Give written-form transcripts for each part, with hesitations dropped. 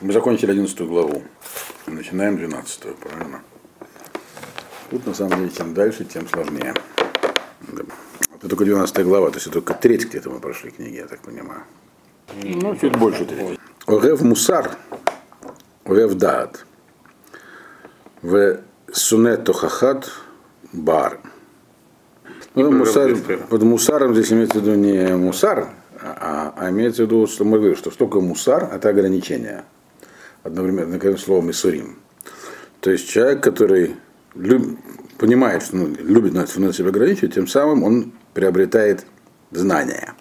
Мы закончили 11 главу. Начинаем 12, правильно? Тут на самом деле чем дальше, тем сложнее. Это только 12 глава, то есть только треть где-то мы прошли книги, я так понимаю. Ну, чуть больше трети. Орев мусар, орев даат. В сунет тохахат бар. Ну, мусар, под мусаром здесь имеется в виду не мусар, а имеется в виду, что мы говорим, что столько мусар – это ограничение. Одновременно, например, словом исурим. То есть человек, который понимает, что любит надо себя ограничивать, тем самым он приобретает знания.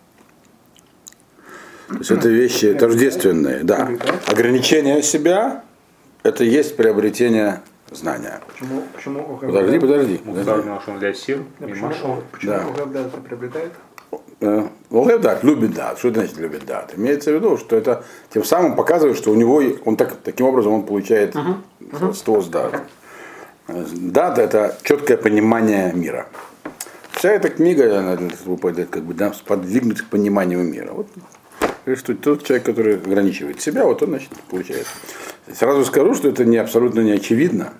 То есть это вещи тождественные, да. Ограничение себя – это есть приобретение знания. Почему Подожди. Мусар нашел для сил. Почему это приобретает? Дат, любит дат. Что это значит любит дат? Имеется в виду, что это тем самым показывает, что у него он таким образом он получает родство с дат. Дат это четкое понимание мира. Вся эта книга она как бы сподвигнуть к пониманию мира. Вот что тот человек, который ограничивает себя, вот он значит получает. Сразу скажу, что это абсолютно не очевидно.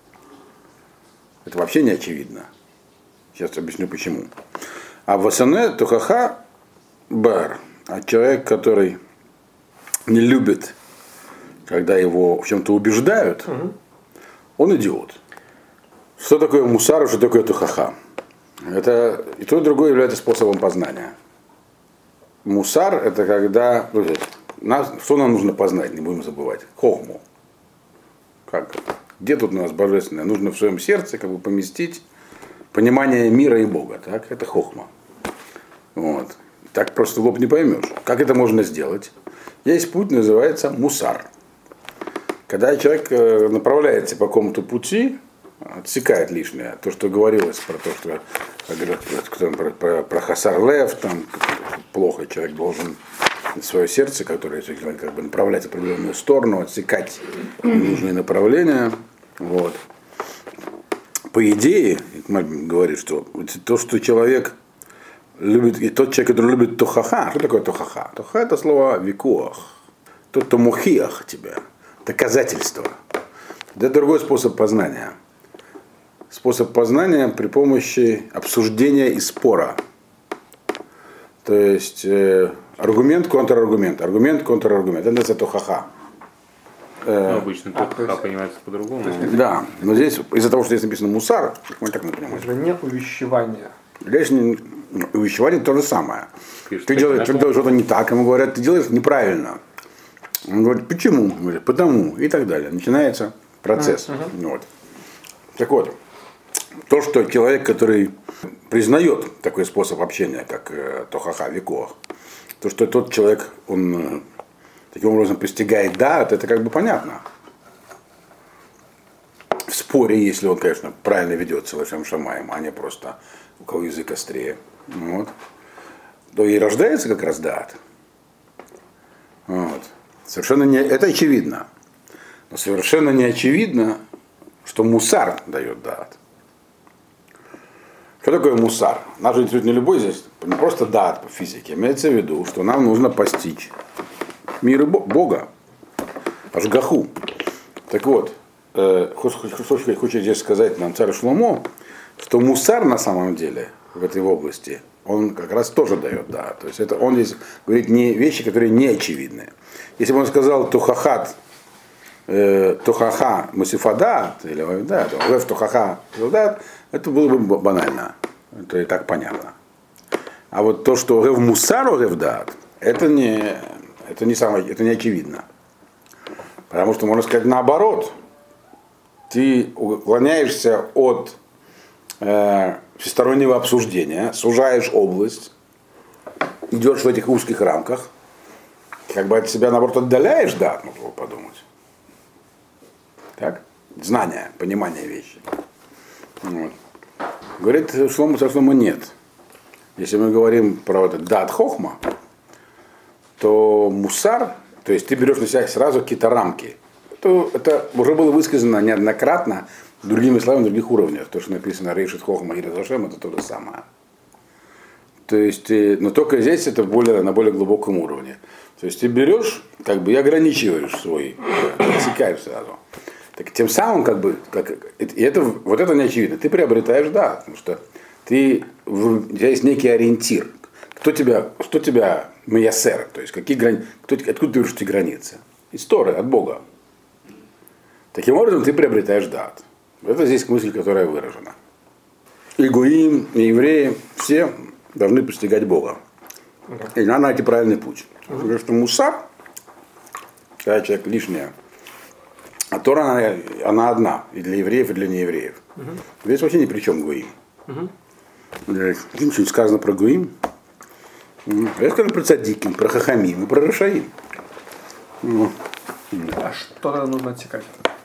Это вообще не очевидно. Сейчас объясню почему. А васане тухаха бар, а человек, который не любит, когда его в чем-то убеждают, он идиот. Что такое мусар, что такое тухаха? Это и то, и другое является способом познания. Мусар – это когда, что нам нужно познать, не будем забывать, хохму. Как? Где тут у нас божественное? Нужно в своем сердце как бы поместить понимание мира и Бога. Так? Это хохма. Вот. Так просто лоб не поймешь. Как это можно сделать? Есть путь, называется мусар. Когда человек направляется по какому-то пути, отсекает лишнее. То, что говорилось про то, что про хасар лев, там плохо человек должен свое сердце, которое как бы направлять в определенную сторону, отсекать нужные направления. Вот. По идее, говорит, что то, что человек любит, и тот человек, который любит тохаха, что такое тохаха? Тохаха это слово викуах, тот, кто мухиах тебя, доказательство. Это другой способ познания. Способ познания при помощи обсуждения и спора. То есть аргумент, контраргумент, аргумент, контраргумент. Это называется тохаха. Обычно тохаха понимается по-другому. Да, но здесь из-за того, что здесь написано мусар, мы так не понимаем. Это не увещевание. Здесь увещевание то же самое. Ты делаешь что-то не так, ему говорят, ты делаешь неправильно. Он говорит, почему? Он говорит, потому и так далее. Начинается процесс. Вот. Так вот, то, что человек, который признает такой способ общения, как тохаха, викуах, то, что тот человек, он таким образом постигает дат, это как бы понятно. В споре, если он, конечно, правильно ведется Лашем Шамаем, а не просто у кого язык острее, вот, то и рождается как раз дат. Вот. Совершенно не, это очевидно. Но совершенно не очевидно, что мусар дает дат. Что такое мусар? Нас же интересует не любой здесь, не просто дат по физике. Имеется в виду, что нам нужно постичь мир и Бога, ашгаху. Так вот, хочет здесь сказать нам царь Шломо, что мусар на самом деле в этой области, он как раз тоже дает, да. То есть это он здесь говорит не вещи, которые не очевидны. Если бы он сказал тухаха мусифадат, или лев тухаха, это было бы банально. Это и так понятно. А вот то, что лев мусар лев дат, это не очевидно. Потому что можно сказать наоборот. Ты уклоняешься от всестороннего обсуждения, сужаешь область, идешь в этих узких рамках, как бы от себя, наоборот, отдаляешь, да, можно было подумать. Так? Знание, понимание вещи. Вот. Говорит Шломо нет. Если мы говорим про этот дат хохма, то мусар, то есть ты берешь на себя сразу какие-то рамки. Это уже было высказано неоднократно другими словами, на других уровнях. То, что написано Рейшит Хохма и Резашем, это то же самое. То есть, но только здесь это на более глубоком уровне. То есть ты берешь, как бы и ограничиваешь свой, отсекаешь сразу. Так тем самым, как бы, вот это не очевидно. Ты приобретаешь, да, потому что у тебя есть некий ориентир. Что тебя миясер, то есть откуда ты видишь эти границы? История от Бога. Таким образом ты приобретаешь дат. Это здесь мысль, которая выражена. И гуим, и евреи, все должны постигать Бога. И надо найти правильный путь. Потому что мусар, когда человек лишнее, а Тора, она одна, и для евреев, и для неевреев. Здесь вообще ни при чем гуим. Ничего не сказано про гуим. Я скажу про цадиким, про хахамим и про рашаим. А что тогда нужно отсекать?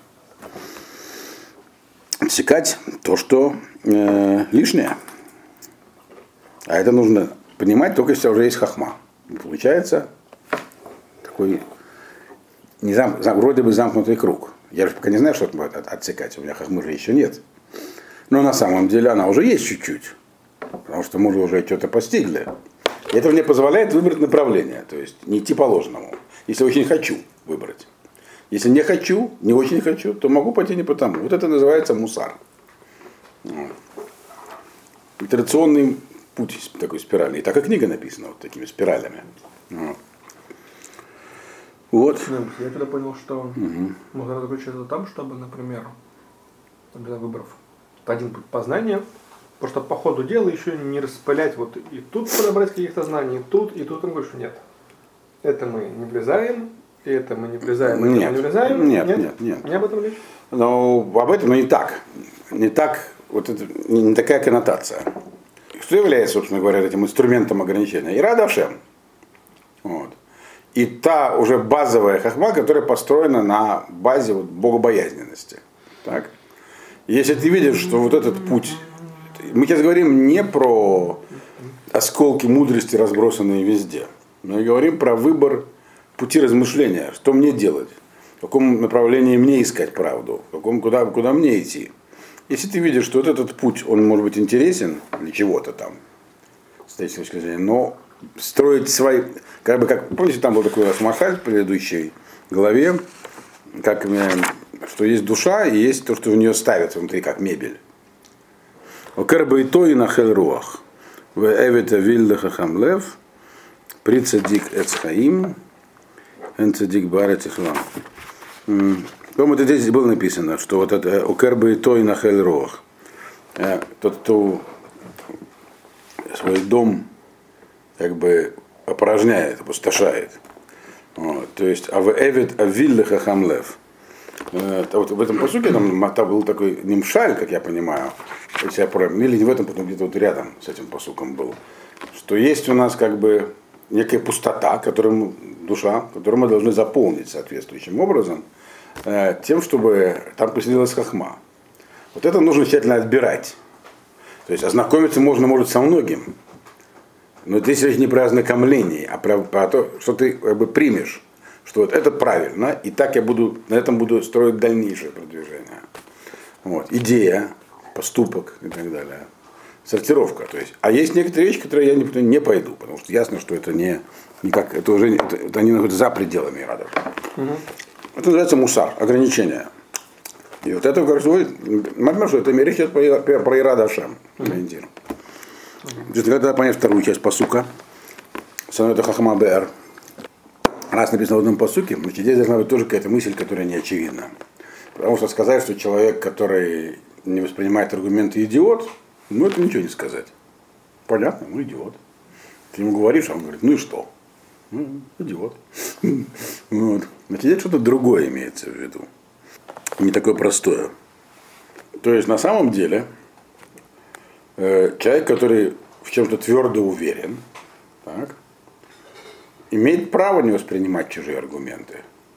Отсекать то, что лишнее. А это нужно понимать только если уже есть хахма. Получается такой вроде бы замкнутый круг. Я же пока не знаю, что это отсекать. У меня хахмы же еще нет. Но на самом деле она уже есть чуть-чуть. Потому что мы уже что-то постигли. И это мне позволяет выбрать направление. То есть не идти по ложному. Если очень хочу выбрать. Если не хочу, не очень хочу, то могу пойти не потому. Вот это называется мусар. Итерационный путь такой спиральный. И так и книга написана вот такими спиралями. Вот. Я тогда понял, что можно заключаться там, чтобы, например, выбрав один путь познания, просто по ходу дела еще не распылять вот и тут подобрать каких-то знаний, и тут он говорит, что нет. Это мы не влезаем, и это мы не влезаем, и это мы не влезаем. Нет. Не об этом речь? Но об этом, но не так. Не так, вот это не такая коннотация. Что является, собственно говоря, этим инструментом ограничения? Ирада Ашем. Вот. И та уже базовая хахма, которая построена на базе вот богобоязненности. Так? Если ты видишь, что вот этот путь, мы сейчас говорим не про осколки мудрости, разбросанные везде, мы говорим про выбор пути размышления, что мне делать, в каком направлении мне искать правду, куда мне идти. Если ты видишь, что вот этот путь, он может быть интересен для чего-то там, с этой точки зрения, но строить свои, помните, там был такой Асмахаль в предыдущей главе, что есть душа и есть то, что в нее ставят внутри, как мебель. Окерба и то и на хелруах. В эвита вилда хахамлев, при цадик эцхаим, эн цадик барет ихлам. По-моему, это здесь было написано, что вот это окерба и то и на хелруах. Тот, кто свой дом как бы опорожняет, опустошает. Вот, то есть, а в эвит авилля хахамлев. Вот в этом посуке там был такой нимшаль, как я понимаю, если я правильно, или не в этом, потом где-то вот рядом с этим посуком был, что есть у нас как бы некая пустота, душа, которую мы должны заполнить соответствующим образом, тем, чтобы там поселилась хахма. Вот это нужно тщательно отбирать. То есть ознакомиться можно, может, со многим. Но здесь речь не про ознакомление, а про то, что ты как бы примешь, что вот это правильно, и так я на этом буду строить дальнейшее продвижение. Вот. Идея, поступок и так далее. Сортировка. То есть. А есть некоторые вещи, которые я не пойду, потому что ясно, что это это они находятся за пределами Ирада. Это называется мусар, ограничение. И вот это, говорит, что это речь идет про Ирада Ашем. Ориентир. Когда понять вторую часть пасука, это хахма бэр. Раз написано в одном пасуке, значит, здесь должна быть тоже какая-то мысль, которая не очевидна. Потому что сказать, что человек, который не воспринимает аргументы, идиот, это ничего не сказать. Понятно, идиот. Ты ему говоришь, а он говорит, и что? Идиот. Вот. Значит, здесь что-то другое имеется в виду. Не такое простое. То есть, на самом деле, человек, который в чем-то твердо уверен, так, имеет право не воспринимать чужие аргументы.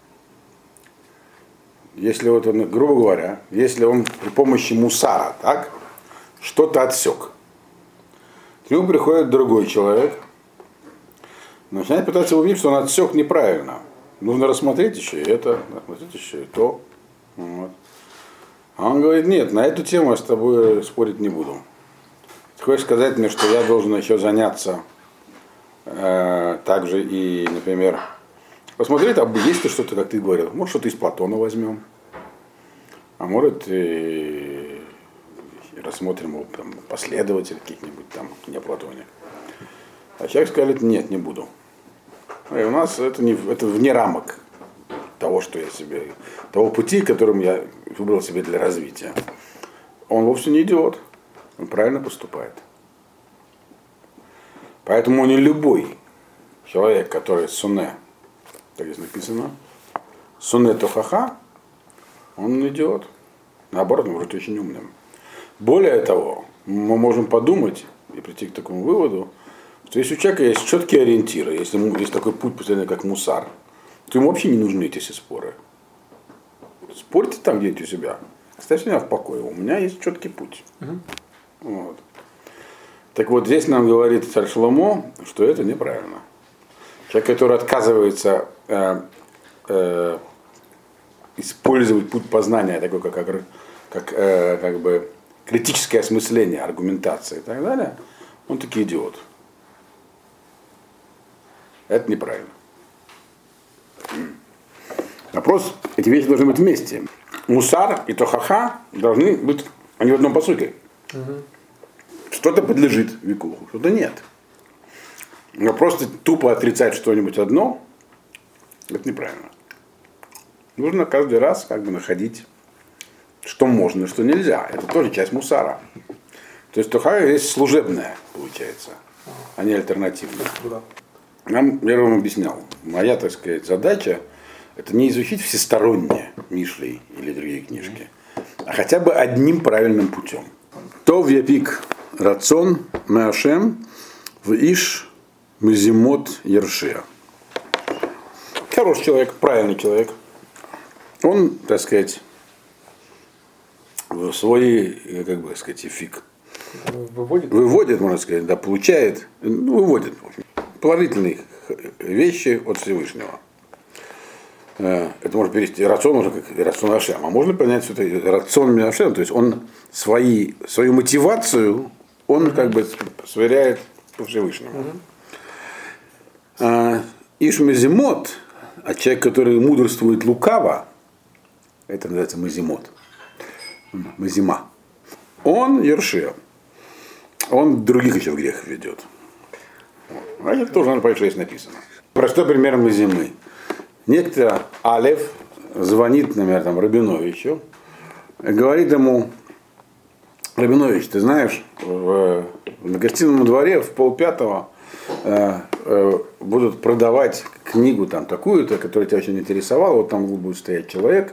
Если вот он, грубо говоря, если он при помощи мусара, так, что-то отсек, к нему приходит другой человек, начинает пытаться увидеть, что он отсек неправильно. Нужно рассмотреть еще и это, рассмотреть еще и то. Вот. А он говорит, нет, на эту тему я с тобой спорить не буду. Ты хочешь сказать мне, что я должен еще заняться также и, например, посмотри, там есть ли что-то, как ты говорил. Может, что-то из Платона возьмем. А может, и рассмотрим его там, последователей каких-нибудь там, не Платоне. А человек скажет, нет, не буду. И у нас это вне рамок того, что я себе, того пути, которым я выбрал себе для развития. Он вовсе не идиот. Он правильно поступает. Поэтому не любой человек, который суне, так здесь написано, суне тохаха, он не идиот. Наоборот, он может быть очень умным. Более того, мы можем подумать и прийти к такому выводу, что если у человека есть четкие ориентиры, если есть такой путь, постоянно как мусар, то ему вообще не нужны эти все споры. Спорьте там где-нибудь у себя. Оставьте меня в покое. У меня есть четкий путь. Вот. Так вот, здесь нам говорит царь Шломо, что это неправильно. Человек, который отказывается использовать путь познания, такой как бы критическое осмысление, аргументация и так далее, он таки идиот. Это неправильно. Вопрос, эти вещи должны быть вместе. Мусар и тохаха должны быть, они в одном посуке. Что-то подлежит викуху, что-то нет. Но просто тупо отрицать что-нибудь одно, это неправильно. Нужно каждый раз как бы находить, что можно, что нельзя. Это тоже часть мусара. То есть тохаха есть служебная, получается, а не альтернативная. Я вам объяснял. Моя, так сказать, задача это не изучить всесторонне Мишли или другие книжки, а хотя бы одним правильным путем. Тов япик рацон меашем в иш мезимот ершия. Хороший человек, правильный человек. Он, так сказать, в свой, как бы сказать, фиг выводит, можно сказать, да, получает, выводит положительные вещи от Всевышнего. Это можно перевести рацион уже как рацион Ашем. А можно понять, что это рацион Ашем, то есть он свою мотивацию он как бы сверяет по Всевышнему. Ишмезимот, а человек, который мудрствует лукаво, это называется мазимот, мазима, он ершия, он других еще в грех ведет. А это тоже надо понять, что здесь написано. Простой пример мазимы. Некто Алев звонит, например, там, Рабиновичу, говорит ему: Рабинович, ты знаешь, на гостином дворе в 4:30 будут продавать книгу там такую-то, которая тебя очень интересовала, вот там будет стоять человек,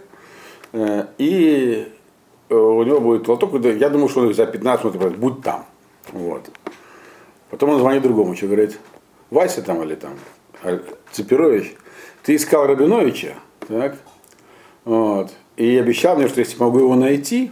и у него будет лоток, я думаю, что он за 15 минут будь там. Вот. Потом он звонит другому, что говорит: Вася там или там Цепирович, ты искал Рабиновича, так? Вот. И обещал мне, что если могу его найти,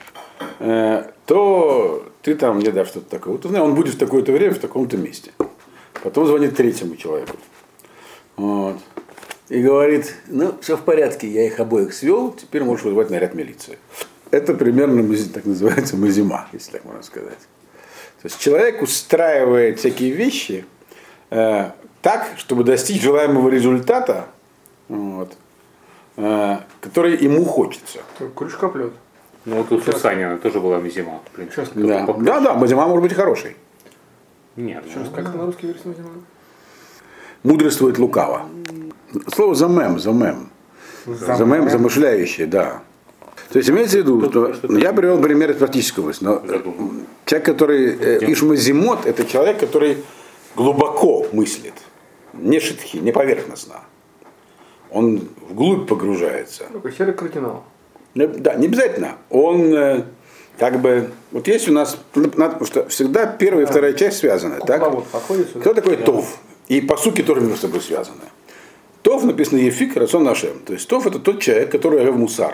то ты там мне дашь что-то такое. Вот он будет в такое-то время, в таком-то месте. Потом звонит третьему человеку. Вот. И говорит: ну, все в порядке, я их обоих свел, теперь можешь вызвать наряд милиции. Это примерно так называется мазима, если так можно сказать. То есть человек устраивает всякие вещи так, чтобы достичь желаемого результата, вот, который ему хочется. Крючкоплет. Ну вот у Сусанина тоже была мазима. Да, мазима может быть хороший. Нет. Как это на русский говорится мазима? Мудрствует лукаво. Слово замем, замышляющий, да. То есть имеется в виду, что я привел пример из практического. Но человек, который ишмазимот, это человек, который глубоко мыслит, не шитхи, не поверхностно. Он вглубь погружается. Ну, как серый кардинал. Да, не обязательно. Он как бы, вот есть у нас, потому что всегда первая и вторая часть связаны. Так? Кто такой Тов? И по сути тоже между собой связаны. Тов написано Ефик, рацион Ашем. То есть Тов это тот человек, который Арев Мусар,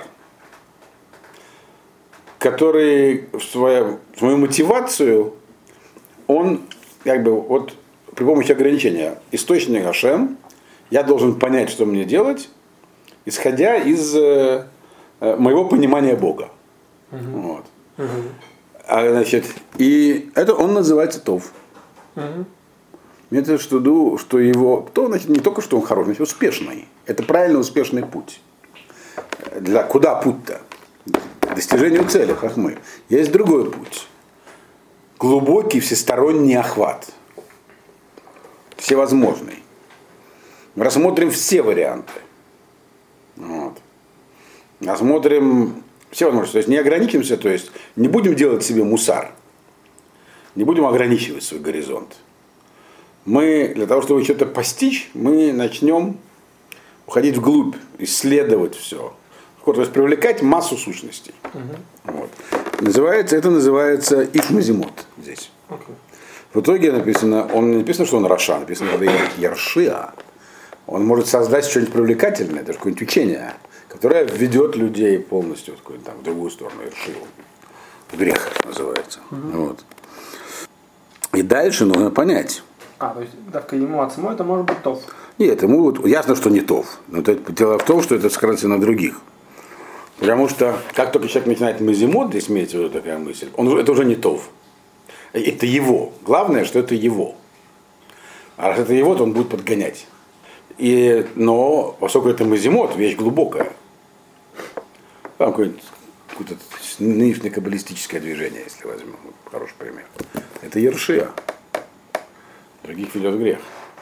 который свою мотивацию, он как бы вот при помощи ограничения источник Ашем, я должен понять, что мне делать, исходя из моего понимания Бога. Вот. И это он называется Тов. Имеется в виду, что его, кто, значит, не только что он хороший, но и успешный. Это правильно успешный путь. Куда путь-то? К достижению цели хахмы. Есть другой путь. Глубокий всесторонний охват. Всевозможный. Мы рассмотрим все варианты. Вот. Рассмотрим все возможности. То есть не ограничимся, то есть не будем делать себе мусар. Не будем ограничивать свой горизонт. Мы, для того, чтобы что-то постичь, мы начнем уходить вглубь, исследовать все. То есть привлекать массу сущностей. Вот. Это называется Ишмазимот здесь. В итоге написано, не написано, что он Раша, написано, что это Яршиа. Он может создать что-нибудь привлекательное, даже какое-нибудь учение, которое введет людей полностью в другую сторону, Яршиу. Грех называется. Вот. И дальше нужно понять. То есть давка ему отсмо, это может быть тов. Нет, ему ясно, что не тов. Но дело в том, что это скажется на других. Потому что, как только человек начинает мазимот, здесь имеется в виду такая мысль, это уже не тов. Это его. Главное, что это его. А раз это его, то он будет подгонять. Но поскольку это мазимот, вещь глубокая. Там какое-то нынешнее каббалистическое движение, если возьмем. Хороший пример. Это Ершия. Других ведет грех.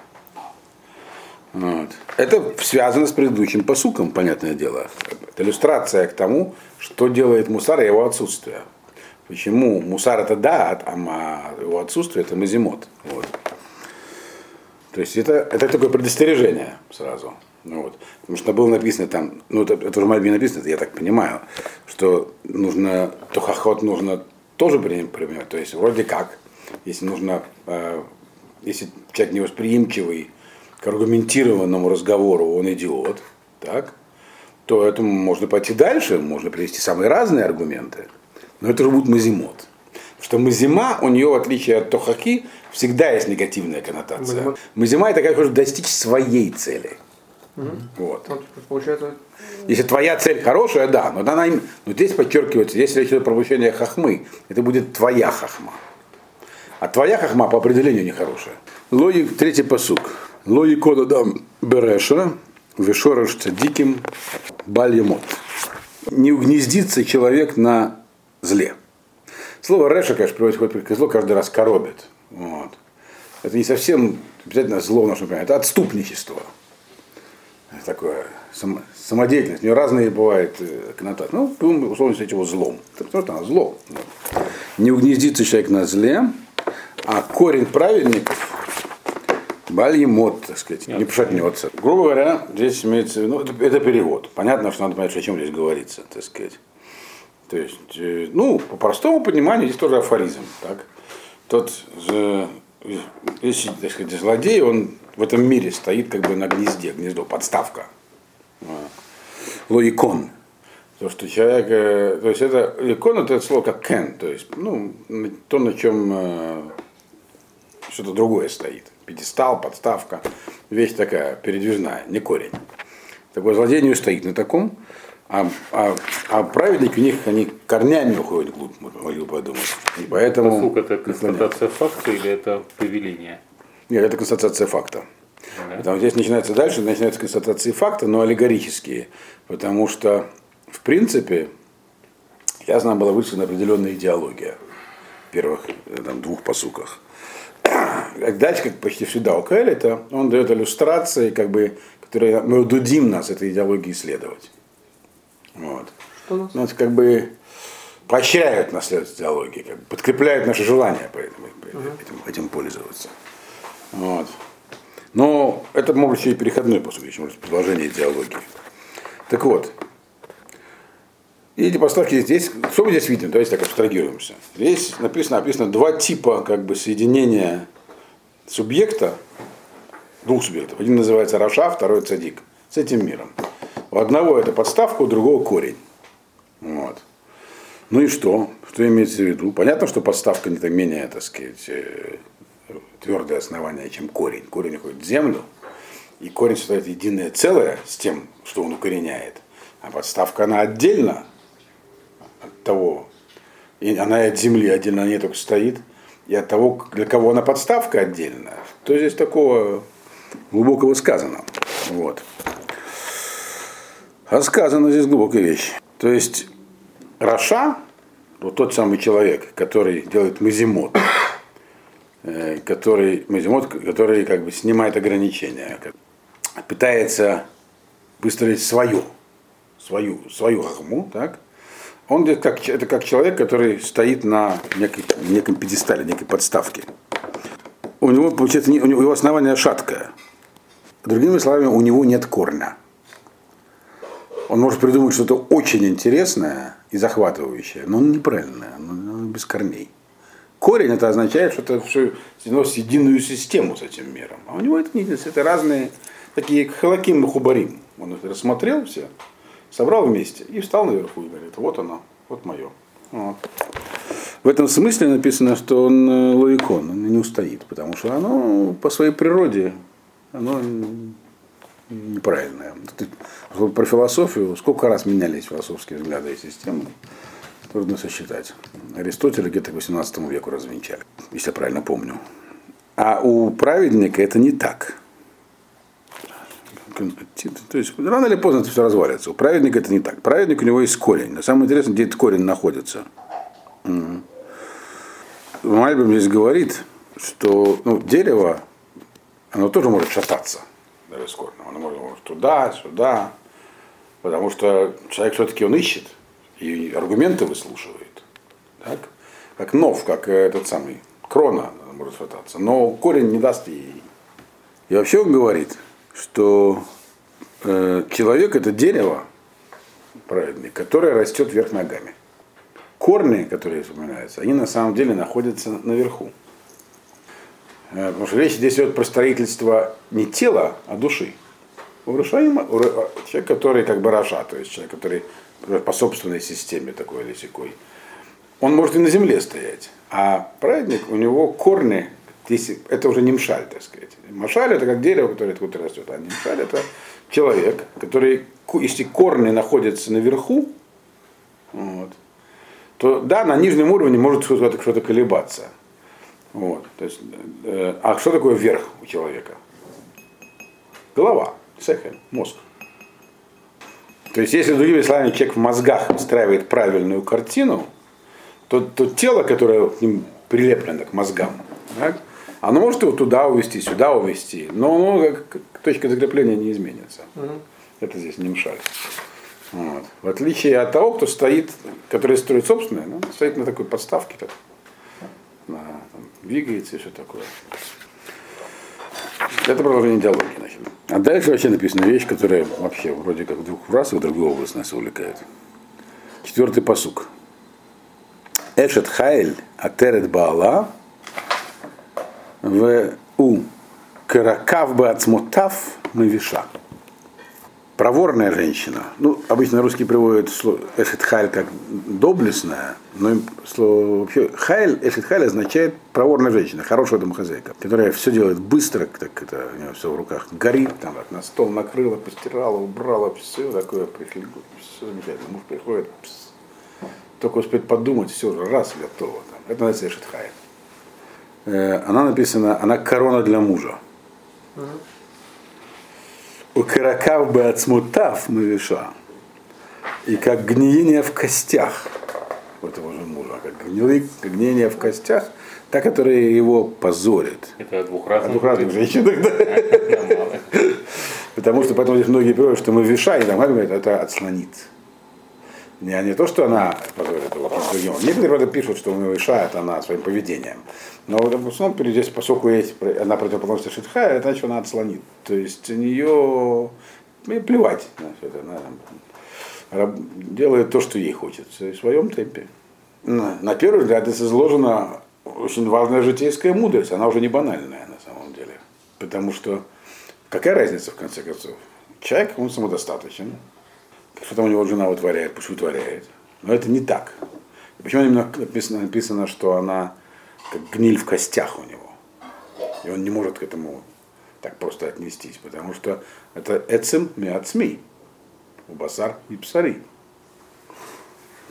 Вот. Это связано с предыдущим пасуком, понятное дело. Это иллюстрация к тому, что делает мусар и его отсутствие. Почему мусар это да, а его отсутствие это мазимот. Вот. То есть это такое предостережение сразу. Вот. Потому что было написано там, это уже в Мальбине написано, я так понимаю, что тохахот нужно тоже принимать. То есть вроде как, если человек невосприимчивый к аргументированному разговору, он идиот, так, то этому можно пойти дальше, можно привести самые разные аргументы, но это же будет мазимот. Потому что мазима, у нее, в отличие от тохаки, всегда есть негативная коннотация. Мазима это как хочешь достичь своей цели. Вот. Получается... Если твоя цель хорошая, да, но здесь подчеркивается, если речь идет про обучение хахмы, это будет твоя хахма. А твоя хахма по определению нехорошая. Третий пасук. Лои кодадам береша, вешораш цадиким бальямот. Не угнездится человек на зле. Слово реша, конечно, приводит к зло, каждый раз коробит. Вот. Это не совсем обязательно зло в нашем понимании, это отступничество. Это такое самодеятельность. У нее разные бывают коннотации. Будем условно сказать его злом. Это просто зло. Не угнездится человек на зле, а корень праведников бальемот, так сказать, не пошатнется. Грубо говоря, здесь имеется в виду, это перевод. Понятно, что надо понять, о чем здесь говорится, так сказать. То есть, по простому пониманию, здесь тоже афоризм. Так? Если, так сказать, злодей, он в этом мире стоит как бы на гнездо, подставка. Лоикон. То, что человек, то есть это, икон это слово как кен, то есть, то, на чем что-то другое стоит. Пьедестал, подставка, вещь такая передвижная, не корень. Такой злодей не стоит на таком, а праведники у них, они корнями уходят вглубь, могу подумать. И поэтому... Пасук это констатация факта или это повеление? Нет, это констатация факта. Потому что здесь начинаются констатации факта, но аллегорические. Потому что, в принципе, ясно была высказана определенная идеология в первых двух пасуках. Дальше, как почти всегда у Каэлита, он дает иллюстрации, которые мы удудим нас этой идеологии исследовать. Вот. Нас поощряют наследовать идеологии, подкрепляют наше желание этим пользоваться. Вот. Но это может быть и переходной, по сути, может продолжение идеологии. Так вот, и эти поставки здесь, что мы здесь видим, давайте так абстрагируемся. Здесь написано два типа соединения субъекта, двух субъектов. Один называется Раша, второй цадик, с этим миром. У одного это подставка, у другого корень. Вот. Ну и что? Что имеется в виду? Понятно, что подставка не менее, так сказать, твердое основание, чем корень. Корень уходит в землю, и корень создает единое целое с тем, что он укореняет. А подставка, она отдельно от того, и она и от земли отдельно, она не только стоит. и от того, для кого она подставка отдельная, то здесь такого глубокого сказано. Вот. А сказано здесь глубокая вещь. То есть Раша, вот тот самый человек, который делает мазимот, который как бы снимает ограничения, пытается выстроить свою хахму, так? Он это как человек, который стоит на неком пьедестале, некой подставке. У него, получается, у него основание шаткое. Другими словами, у него нет корня. Он может придумать что-то очень интересное и захватывающее, но он неправильное, он без корней. Корень это означает, что это все сносит единую систему с этим миром. А у него это не это разные такие халаким и хубарим. Он их рассмотрел все, собрал вместе и встал наверху и говорит, вот оно, вот мое. Вот. В этом смысле написано, что он лоикон, он не устоит, потому что оно по своей природе оно неправильное. Про философию, сколько раз менялись философские взгляды и системы, трудно сосчитать. Аристотеля где-то к 18 веку развенчали, если я правильно помню. А у праведника это не так. То есть рано или поздно это все развалится. У праведника это не так. Праведник у него есть корень. Но самое интересное, где этот корень находится. Мальбим здесь говорит, что дерево, оно тоже может шататься. Даже с корнем. Оно может туда, сюда. Потому что человек все-таки он ищет и аргументы выслушивает. Так? Как нов, как этот самый крона может шататься. Но корень не даст ей. И вообще он говорит, что человек это дерево, праведник, которое растет вверх ногами. Корни, которые вспоминаются, они на самом деле находятся наверху. Потому что речь здесь идет про строительство не тела, а души. Человек, который как бы Раша, то есть человек, который по собственной системе такой или сякой, он может и на земле стоять. А праведник, у него корни, это уже не мшаль, так сказать. Машаль это как дерево, которое откуда растет, а не мшаль это человек, который, если корни находятся наверху, вот, то да, на нижнем уровне может что-то колебаться. Вот, то есть, а что такое верх у человека? Голова, сехель, мозг. То есть, если, другими словами, человек в мозгах выстраивает правильную картину, то тело, которое к ним прилеплено к мозгам, так, оно может его туда увести, сюда увести, но точка закрепления не изменится. Это здесь не мешает. Вот. В отличие от того, кто стоит, который строит собственное, стоит на такой подставке, двигается и все такое. Это продолжение диалоги. Значит. А дальше вообще написана вещь, которая вообще вроде как в двух фразах в другую область нас увлекает. 4-й пасук. Эшет хайль атерет баала в у каракав бацмотав мавиша. Проворная женщина. Обычно русский приводит слово эшет хайль как доблестная, но слово вообще хайль, эшет хайль означает проворная женщина, хорошая домохозяйка, которая все делает быстро, так это у нее все в руках горит, там на стол накрыла, постирала, убрала, все такое, все замечательно. Муж приходит, только успеет подумать, все уже раз готово. Это называется эшет хайль. Она написана, она корона для мужа. У каракав бы отсмутав мавиша. И как гниение в костях у этого же мужа, как гниение в костях, та, которая его позорит. Это о двух разных женщинах, да. Потому что потом здесь многие приводят, что мавиша, и там говорят, это отслонит. Не то, что она позорит его, некоторые, правда, пишут, что мавиша это она своим поведением. Но в основном здесь, поскольку есть, она противоположность шитха, это значит, что она отслонит. То есть у нее плевать на все это. Она делает то, что ей хочется, в своем темпе. На первый взгляд это изложена очень важная житейская мудрость. Она уже не банальная на самом деле. Потому что какая разница в конце концов? Человек, он самодостаточен. Что там у него жена вытворяет, пусть вытворяет. Но это не так. И почему именно написано, что она как гниль в костях у него. И он не может к этому так просто отнестись, потому что это эцем миацми, убасар и псари.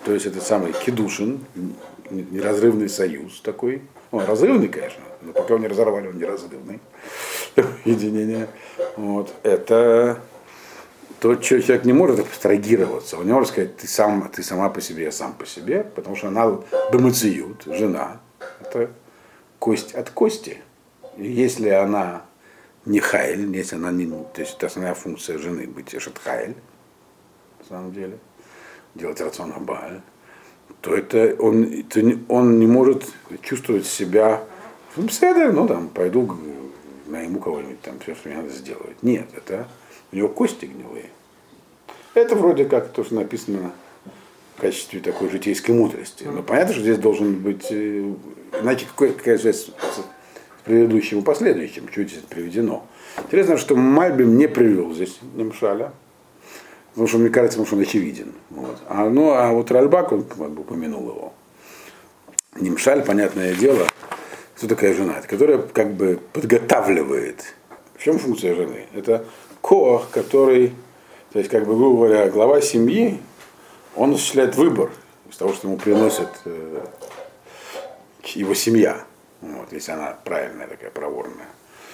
то есть это самый кидушин, неразрывный союз такой. Он разрывный, конечно, но пока его не разорвали, он неразрывный. Единение. Вот. Это то, что человек не может абстрагироваться. Он не может сказать, ты сама по себе, я сам по себе, потому что она бемациют, жена. Это кость от кости. И если она не хайль, если она не, то есть это основная функция жены быть эшет хайль, на самом деле, делать рацион Бааль, то это он не может чувствовать себя, ну там, пойду найму кого-нибудь, там, все, что мне надо сделать. Нет, это у него кости гнилые. Это вроде как то, что написано в качестве такой житейской мудрости. Но понятно, что здесь должен быть, иначе какая связь с предыдущим и последующим, чуть здесь приведено. Интересно, что Мальбим не привел здесь Немшаля, потому что, мне кажется, потому что он очевиден. Вот. А вот Ральбак, он как бы упомянул его. Немшаль, понятное дело, кто такая жена? Это которая как бы подготавливает. В чем функция жены? Это коах, который, то есть, как бы, грубо говоря, глава семьи, он осуществляет выбор из того, что ему приносит его семья, вот, если она правильная, такая проворная.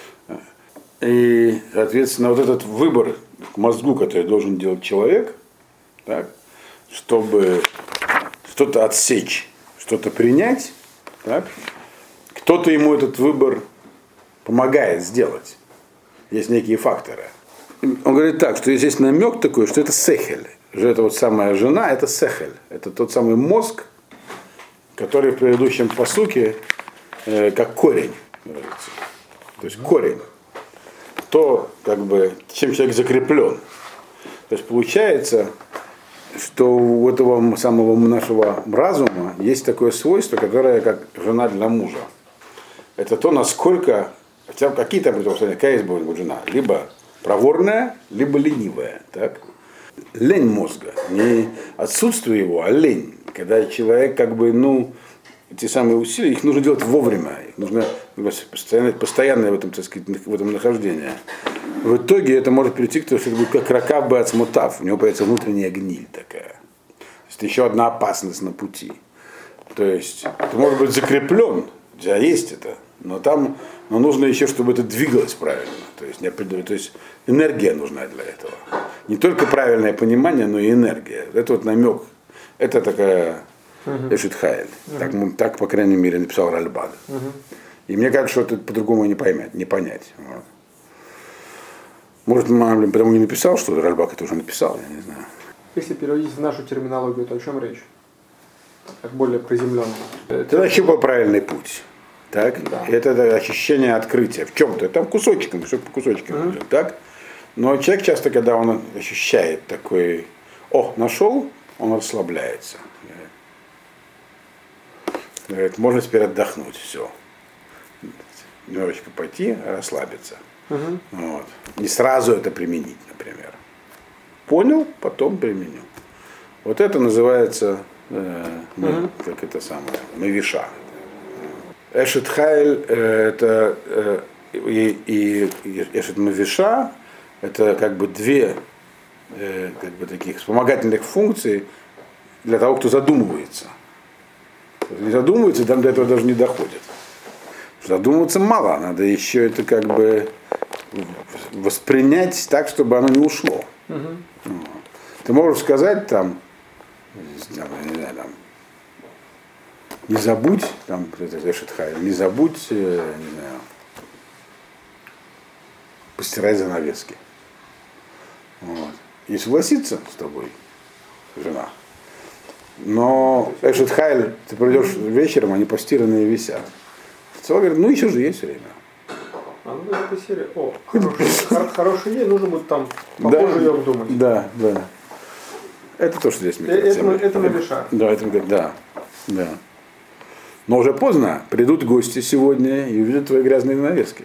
И, соответственно, вот этот выбор к мозгу, который должен делать человек, так, чтобы что-то отсечь, что-то принять, так, кто-то ему этот выбор помогает сделать. Есть некие факторы. Он говорит так, что здесь есть намек такой, что это сехель. Что это вот самая жена, это сехель. Это тот самый мозг, который в предыдущем пасуке как корень говорится. То есть корень. То, как бы, чем человек закреплен. То есть получается, что у этого самого нашего разума есть такое свойство, которое как жена для мужа. Это то, насколько, хотя какие-то предпосылки, какая есть будет жена, либо проворная, либо ленивая. Так? Лень мозга, не отсутствие его, а лень. Когда человек как бы, эти самые усилия, их нужно делать вовремя, их нужно постоянное в этом, так сказать, в этом нахождение. В итоге это может прийти к тому, что это будет как ракав бацмутав, у него появится внутренняя гниль такая. То есть еще одна опасность на пути. То есть ты может быть закреплен, у тебя есть это, но нужно еще, чтобы это двигалось правильно. То есть энергия нужна для этого. Не только правильное понимание, но и энергия. Это вот намек, это такая Эшет Хайль. Так, по крайней мере, написал Ральбаг. И мне кажется, что это по-другому не понять. Вот. Может, потому не написал, что Ральбаг это уже написал, я не знаю. Если переводить в нашу терминологию, то о чем речь? Как более приземленно. Ты нащупал правильный путь. Так? Да. Это ощущение открытия в чем-то. Там кусочками, все по кусочкам идет, так? Но человек часто, когда он ощущает такой, нашел, он расслабляется. Говорит, можно теперь отдохнуть, все. Немножечко пойти, расслабиться. Вот. Не сразу это применить, например. Понял, потом применил. Вот это называется, как это самое, мавиша. Эшет Хайль это и Эшет Мавиша, это как бы две как бы таких вспомогательных функций для того, кто задумывается. Не задумывается, там до этого даже не доходит. Задумываться мало, надо еще это как бы воспринять так, чтобы оно не ушло. Ты можешь сказать там, не знаю, там, не забудь, там, не забудь, не знаю, постирать занавески. Вот. И согласиться с тобой, жена. Но Эшет Хайль, ты придешь вечером, они постиранные висят. Человек говорит, еще же есть время. В этой серии, хорошая идея, нужно будет там попозже ее обдумать. Да. Это то, что здесь это мавиша. Да. Но уже поздно, придут гости сегодня и увидят твои грязные занавески.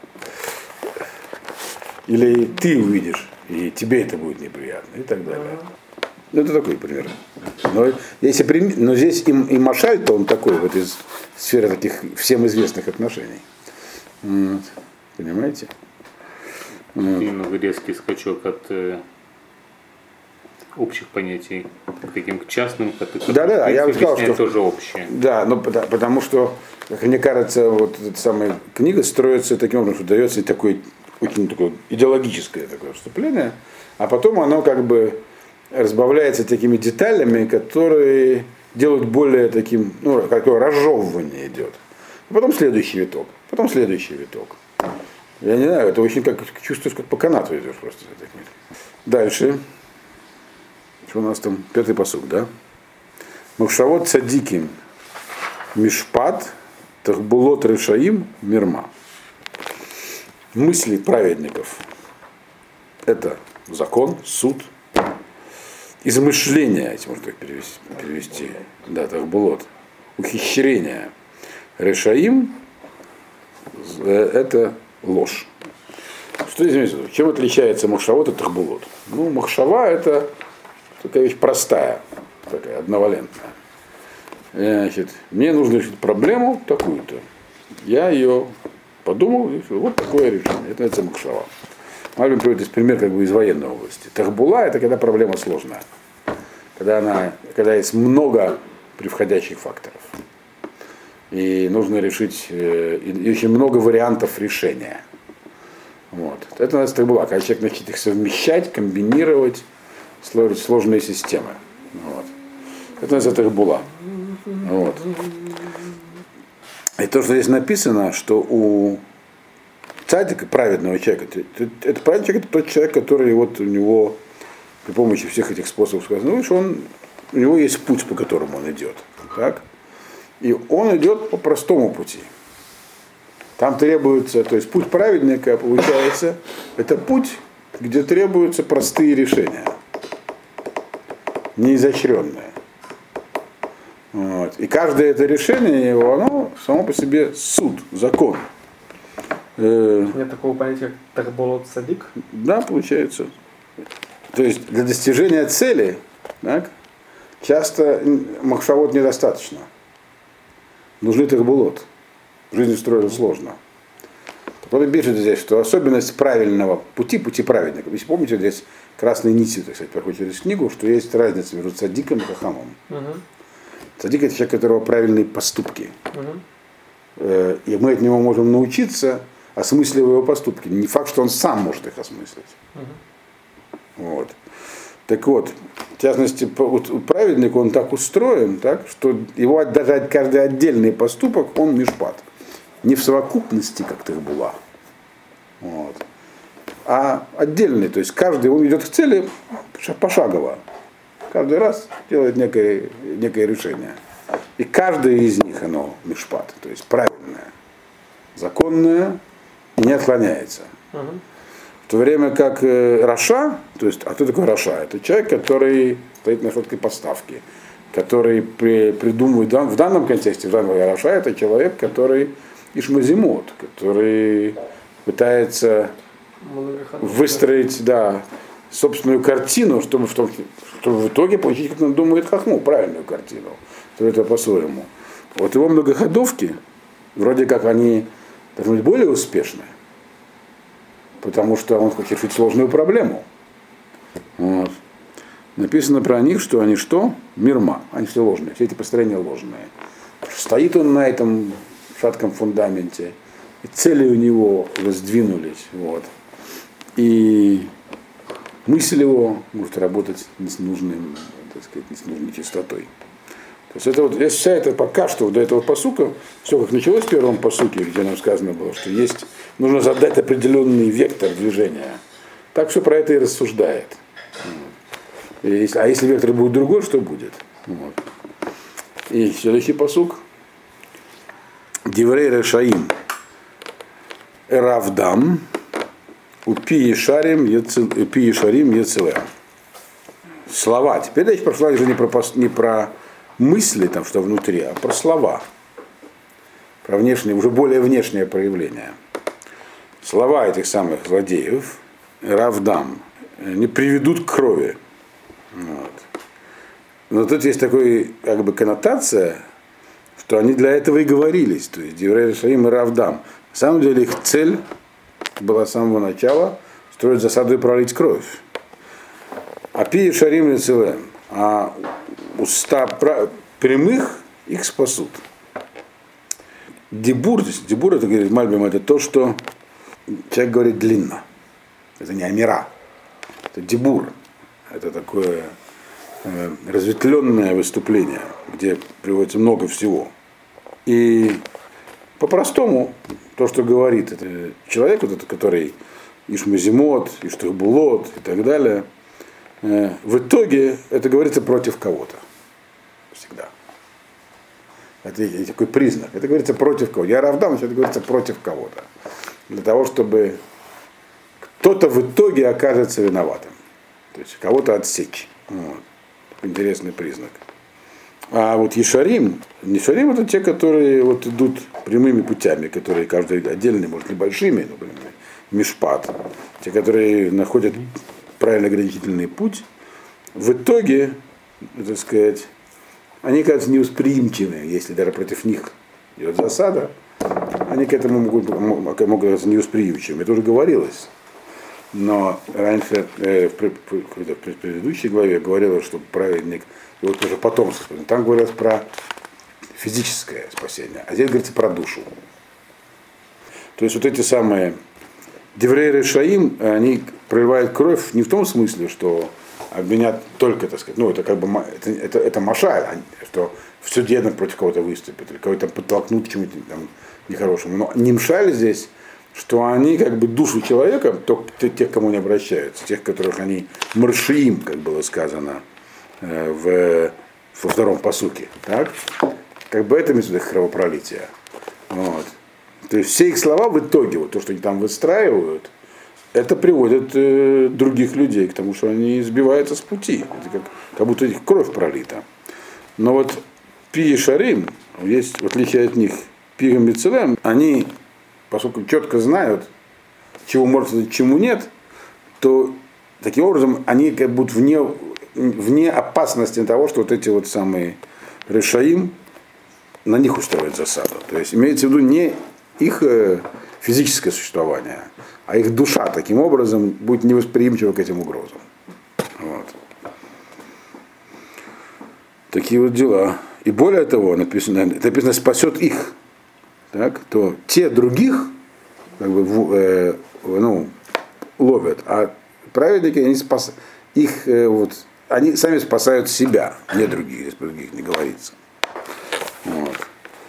Или ты увидишь, и тебе это будет неприятно, и так далее. Это такой пример. Но здесь и Машаль-то он такой, вот из сферы таких всем известных отношений. Вот. Понимаете? Немного резкий скачок от общих понятий к таким частным, Да, я бы сказал, что тоже общее. Да, потому что, как мне кажется, вот эта самая книга строится таким образом, что дается такое очень такое идеологическое такое вступление, а потом оно как бы разбавляется такими деталями, которые делают более таким, ну, какое разжевывание идет. А потом следующий виток, потом следующий виток. Я не знаю, это очень как чувствуешь, как по канату идешь просто. Дальше. Что у нас там? 5-й пасук, да? Махшавот цадиким мишпат тахбулот решаим мирма. Мысли праведников – это закон, суд, измышления, если можно так перевести, да, тахбулот, ухищрение. Решаим – это ложь. Что здесь имеется в виду? Чем отличается махшавот от тахбулот? Ну, махшава – это такая вещь простая, такая одновалентная. Значит, мне нужно решить проблему такую-то. Я ее подумал, и вот такое решение. Это называется махшава. Мальбим приводит здесь пример как бы из военной области. Тахбула – это когда проблема сложная. Когда есть много превходящих факторов. И нужно решить, и очень много вариантов решения. Вот. Это называется тахбула, когда человек начинает их совмещать, комбинировать, строить сложные системы. Вот. Это называется тахбула. Вот. И то, что здесь написано, что у цадика, праведного человека, это праведный человек, это тот человек, который вот у него при помощи всех этих способов сказано, ну, у него есть путь, по которому он идет. Так? И он идет по простому пути. Там требуется, то есть путь праведника, получается, это путь, где требуются простые решения, неизощренные. Вот. И каждое это решение его, оно само по себе суд, закон. Нет такого понятия, как тахбулот садик? Да, получается. То есть для достижения цели, так, часто махшавот недостаточно. Нужны тахбулот. Жизнь устроена сложно. Вот пишет здесь, что особенность правильного пути праведника. Если помните, здесь красной нитью, так сказать, проходит через книгу, что есть разница между цадиком и хахамом. Цадик – это человек, у которого правильные поступки. И мы от него можем научиться, осмысливая его поступки. Не факт, что он сам может их осмыслить. Вот. Так вот, в частности, праведник, он так устроен, так, что его даже каждый отдельный поступок, он мишпат. Не в совокупности, как тахбула, вот, а отдельный. То есть каждый, он идет к цели пошагово. Каждый раз делает некое решение. И каждое из них, оно мишпат, то есть правильное, законное и не отклоняется. В то время как Раша, то есть, а кто такой Раша? Это человек, который стоит на шаткой поставке, который придумывает, в данном контексте, в данном Раша, это человек, который ишмазимот, который пытается выстроить, да, собственную картину, чтобы в итоге получить, как он думает, хахму, правильную картину. Это по-своему. Вот его многоходовки, вроде как они должны быть более успешны, потому что он хочет решить сложную проблему. Вот. Написано про них, что они что? Мирма. Они все ложные, все эти построения ложные. Стоит он на этом шатком фундаменте, и цели у него раздвинулись. Вот. И мысль его может работать не с нужным, так сказать, не с нужной частотой. То есть это вот, вся это пока что до этого пасука, все как началось в первом пасуке, где нам сказано было, что нужно задать определенный вектор движения. Так все про это и рассуждает. А если вектор будет другой, что будет? Вот. И следующий пасук. Диврей решаим эравдам упи ешарим ецелеа. Слова. Теперь речь прошла уже не про мысли, там, что внутри, а про слова. Про внешнее, уже более внешнее проявление. Слова этих самых злодеев, равдам, не приведут к крови. Вот. Но тут есть такая как бы коннотация, что они для этого и говорились. То есть Диврей Решаим и Равдам. На самом деле их цель была с самого начала строить засаду и пролить кровь. Апи Шарим Лицелем. А уста прямых их спасут. Дебур, это говорит Мальбим, это то, что человек говорит длинно. Это не амира. Это дебур. Это такое разветвленное выступление, где приводится много всего. И по-простому, то, что говорит это человек, вот этот, который Ишмазимот, Иштахбулот и так далее, в итоге это говорится против кого-то. Всегда. Это такой признак. Это говорится против кого-то. Я равдам, это говорится против кого-то. Для того, чтобы кто-то в итоге окажется виноватым. То есть кого-то отсечь. Вот. Интересный признак. А вот Ешарим это те, которые вот идут прямыми путями, которые каждый отдельный, может, небольшими, например, мишпат. Те, которые находят правильно ограничительный путь, в итоге, так сказать, они кажутся невосприимчивыми, если даже против них идет засада, они к этому могут оказаться невосприимчивыми. Это уже говорилось. Но раньше, в предыдущей главе говорилось, что праведник, и вот уже потомство, там говорилось про физическое спасение, а здесь говорится про душу. То есть вот эти самые Деврей Решаим, они проливают кровь не в том смысле, что обвинят только, так сказать, ну это как бы это машаль, что все дело против кого-то выступит, или кого-то подтолкнут к чему-то там нехорошему. Но нимшаль здесь, что они как бы душу человека, только тех, кому они обращаются, тех, которых они маршиим, как было сказано во втором пасуке, так? Как бы это место кровопролития. Вот. То есть все их слова в итоге, вот то, что они там выстраивают, это приводит других людей к тому, что они сбиваются с пути. Это как будто их кровь пролита. Но вот Пи и Шарим, есть, в отличие от них, Пи и Мицелем, они, поскольку четко знают, чего можно, чему нет, то таким образом они как будто вне опасности того, что вот эти вот самые Решаим на них устроят засаду. То есть имеется в виду не их физическое существование, а их душа таким образом будет невосприимчива к этим угрозам. Вот. Такие вот дела. И более того, это написано спасет их. Так, то те других как бы, ловят, а праведники они сами спасают себя, не других, если других не говорится. Вот.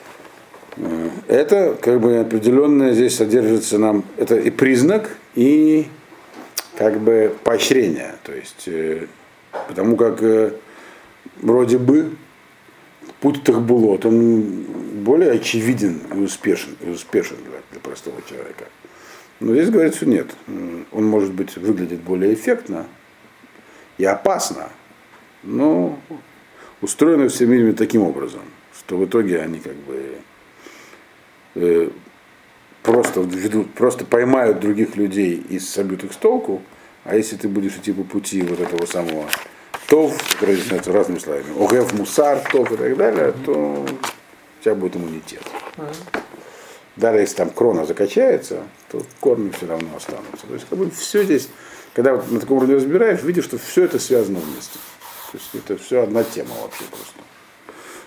Это как бы определенное здесь содержится нам, это и признак, и как бы поощрение. То есть, потому как вроде бы путь Тахбулот, он более очевиден и успешен для простого человека. Но здесь говорится, нет, он может быть выглядит более эффектно и опасно, но устроено все мирами таким образом, что в итоге они как бы просто поймают других людей и собьют их с толку, а если ты будешь идти по пути вот этого самого Тов, который называется разными словами, Огев, Мусар, Тов и так далее, то у тебя будет иммунитет. Даже если там крона закачается, то корни все равно останутся. То есть как бы все здесь, когда вот на таком уровне разбираешь, видишь, что все это связано вместе. То есть это все одна тема вообще просто.